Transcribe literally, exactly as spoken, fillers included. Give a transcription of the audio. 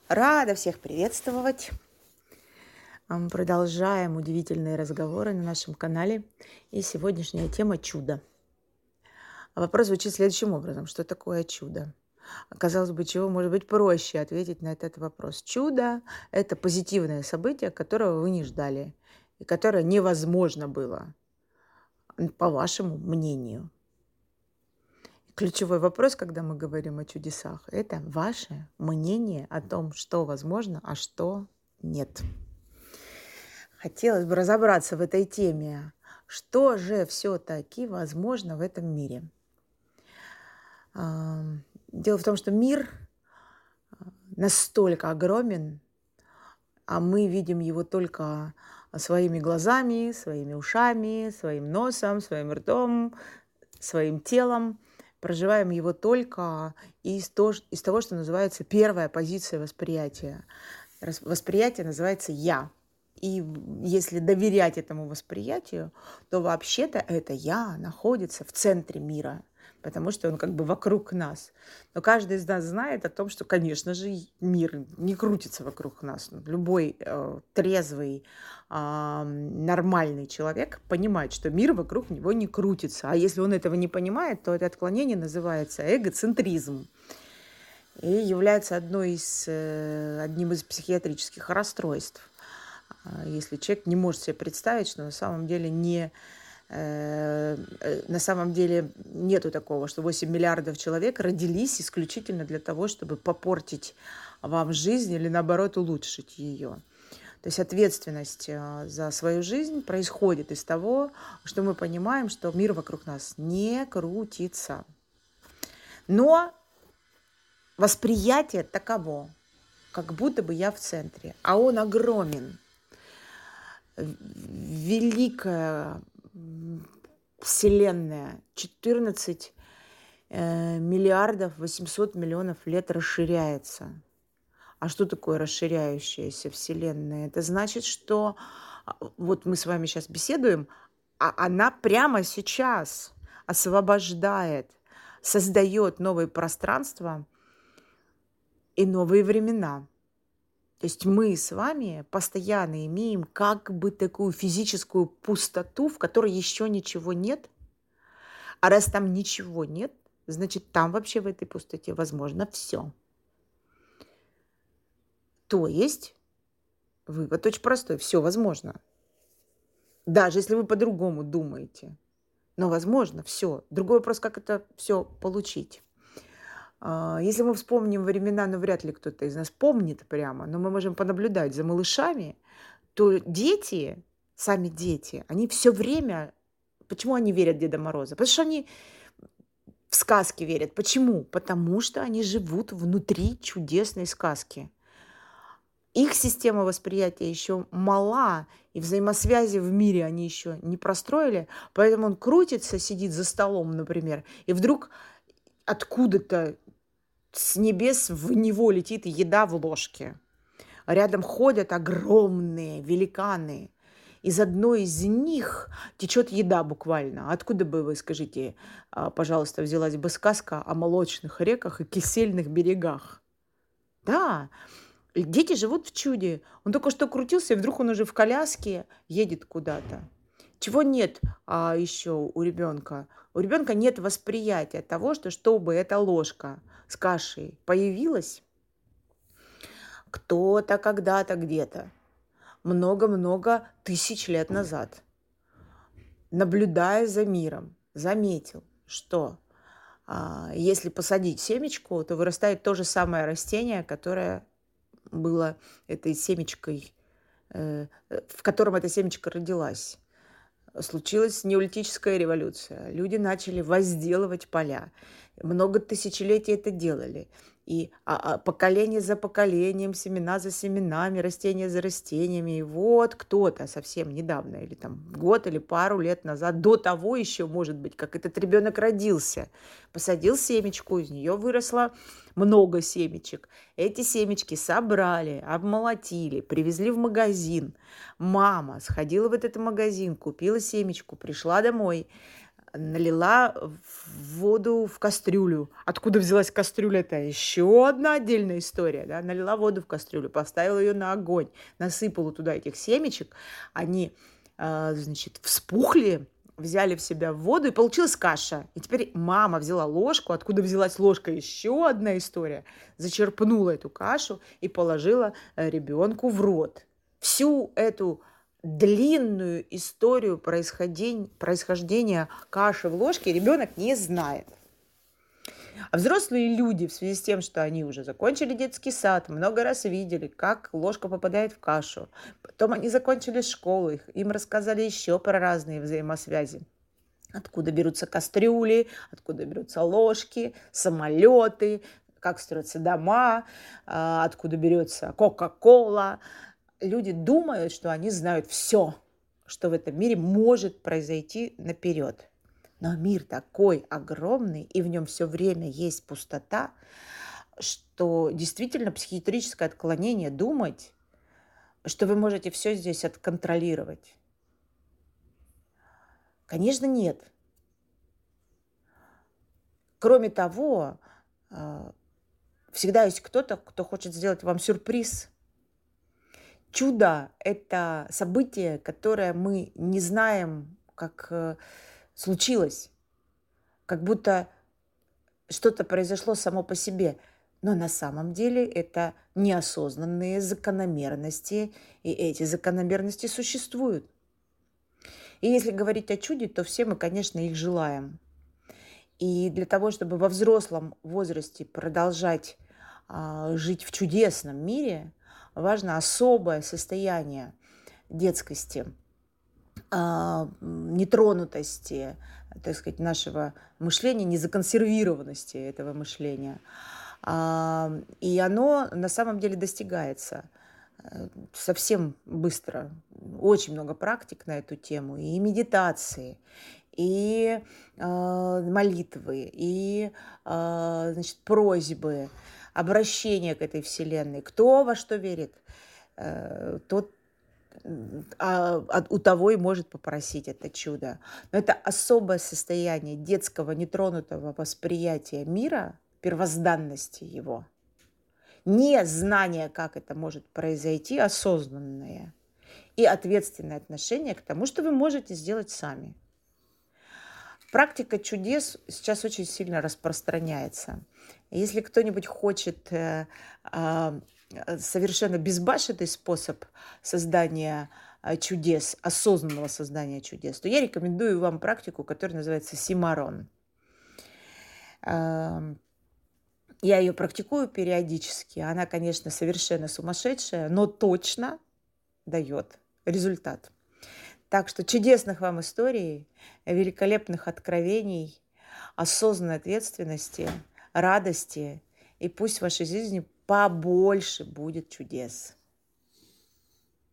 Рада всех приветствовать. Мы продолжаем удивительные разговоры на нашем канале. И сегодняшняя тема – чудо. Вопрос звучит следующим образом. Что такое чудо? Казалось бы, чего может быть проще ответить на этот вопрос? Чудо – это позитивное событие, которого вы не ждали и которое невозможно было, по вашему мнению. Ключевой вопрос, когда мы говорим о чудесах, это ваше мнение о том, что возможно, а что нет. Хотелось бы разобраться в этой теме. Что же все-таки возможно в этом мире? Дело в том, что мир настолько огромен, а мы видим его только своими глазами, своими ушами, своим носом, своим ртом, своим телом. Проживаем его только из того, что называется первая позиция восприятия. Восприятие называется «я». И если доверять этому восприятию, то вообще-то это «я» находится в центре мира, потому что он как бы вокруг нас. Но каждый из нас знает о том, что, конечно же, мир не крутится вокруг нас. Любой э, трезвый, э, нормальный человек понимает, что мир вокруг него не крутится. А если он этого не понимает, то это отклонение называется эгоцентризм и является одной из, э, одним из психиатрических расстройств. Если человек не может себе представить, что на самом деле не э, на самом деле нету такого, что восемь миллиардов человек родились исключительно для того, чтобы попортить вам жизнь или наоборот улучшить ее. То есть ответственность за свою жизнь происходит из того, что мы понимаем, что мир вокруг нас не крутится. Но восприятие таково, как будто бы я в центре, а он огромен. Великая Вселенная, четырнадцать миллиардов восемьсот миллионов лет расширяется. А что такое расширяющаяся Вселенная? Это значит, что вот мы с вами сейчас беседуем, а она прямо сейчас освобождает, создает новые пространства и новые времена. То есть мы с вами постоянно имеем как бы такую физическую пустоту, в которой еще ничего нет. А раз там ничего нет, значит, там вообще в этой пустоте возможно все. То есть вывод очень простой. Все возможно. Даже если вы по-другому думаете. Но возможно все. Другой вопрос, как это все получить. Если мы вспомним времена, ну, вряд ли кто-то из нас помнит прямо, но мы можем понаблюдать за малышами, то дети, сами дети, они все время... Почему они верят в Деда Мороза? Потому что они в сказки верят. Почему? Потому что они живут внутри чудесной сказки. Их система восприятия еще мала, и взаимосвязи в мире они еще не простроили, поэтому он крутится, сидит за столом, например, и вдруг откуда-то с небес в него летит еда в ложке. Рядом ходят огромные великаны. Из одной из них течет еда буквально. Откуда бы вы, скажите, пожалуйста, взялась бы сказка о молочных реках и кисельных берегах? Да, дети живут в чуде. Он только что крутился, и вдруг он уже в коляске едет куда-то. Чего нет а, еще у ребенка? У ребенка нет восприятия того, что чтобы эта ложка с кашей появилась, кто-то когда-то где-то, много-много тысяч лет назад, наблюдая за миром, заметил, что а, если посадить семечку, то вырастает то же самое растение, которое было этой семечкой, э, в котором эта семечка родилась. Случилась неолитическая революция. Люди начали возделывать поля. Много тысячелетий это делали. И а, а, поколение за поколением, семена за семенами, растения за растениями. И вот кто-то совсем недавно, или там год, или пару лет назад, до того еще, может быть, как этот ребенок родился, посадил семечку, из нее выросло много семечек. Эти семечки собрали, обмолотили, привезли в магазин. Мама сходила в этот магазин, купила семечку, пришла домой, налила в воду в кастрюлю. Откуда взялась кастрюля, это еще одна отдельная история. Да? Налила воду в кастрюлю, поставила ее на огонь, насыпала туда этих семечек. Они, э, значит, вспухли, взяли в себя в воду, и получилась каша. И теперь мама взяла ложку, откуда взялась ложка, еще одна история, зачерпнула эту кашу и положила ребенку в рот. Всю эту длинную историю происхождения, происхождения каши в ложке ребенок не знает. А взрослые люди в связи с тем, что они уже закончили детский сад, много раз видели, как ложка попадает в кашу. Потом они закончили школу, их, им рассказали еще про разные взаимосвязи. Откуда берутся кастрюли, откуда берутся ложки, самолеты, как строятся дома, откуда берется Кока-Кола. Люди думают, что они знают все, что в этом мире может произойти наперед. Но мир такой огромный, и в нем все время есть пустота, что действительно психиатрическое отклонение думать, что вы можете все здесь отконтролировать. Конечно, нет. Кроме того, всегда есть кто-то, кто хочет сделать вам сюрприз. Чудо – это событие, которое мы не знаем, как случилось, как будто что-то произошло само по себе. Но на самом деле это неосознанные закономерности, и эти закономерности существуют. И если говорить о чуде, то все мы, конечно, их желаем. И для того, чтобы во взрослом возрасте продолжать а, жить в чудесном мире, важно особое состояние детскости, а, нетронутости, так сказать, нашего мышления, незаконсервированности этого мышления. А, и оно на самом деле достигается совсем быстро. Очень много практик на эту тему, и медитации, и э, молитвы, и э, значит, просьбы, обращение к этой вселенной. Кто во что верит, э, тот а, а, у того и может попросить это чудо. Но это особое состояние детского нетронутого восприятия мира, первозданности его. Не знание, как это может произойти, осознанное и ответственное отношение к тому, что вы можете сделать сами. Практика чудес сейчас очень сильно распространяется. Если кто-нибудь хочет э, э, совершенно безбашенный способ создания чудес, осознанного создания чудес, то я рекомендую вам практику, которая называется симарон. Э, я ее практикую периодически. Она, конечно, совершенно сумасшедшая, но точно дает результат. Так что чудесных вам историй, великолепных откровений, осознанной ответственности, радости. И пусть в вашей жизни побольше будет чудес.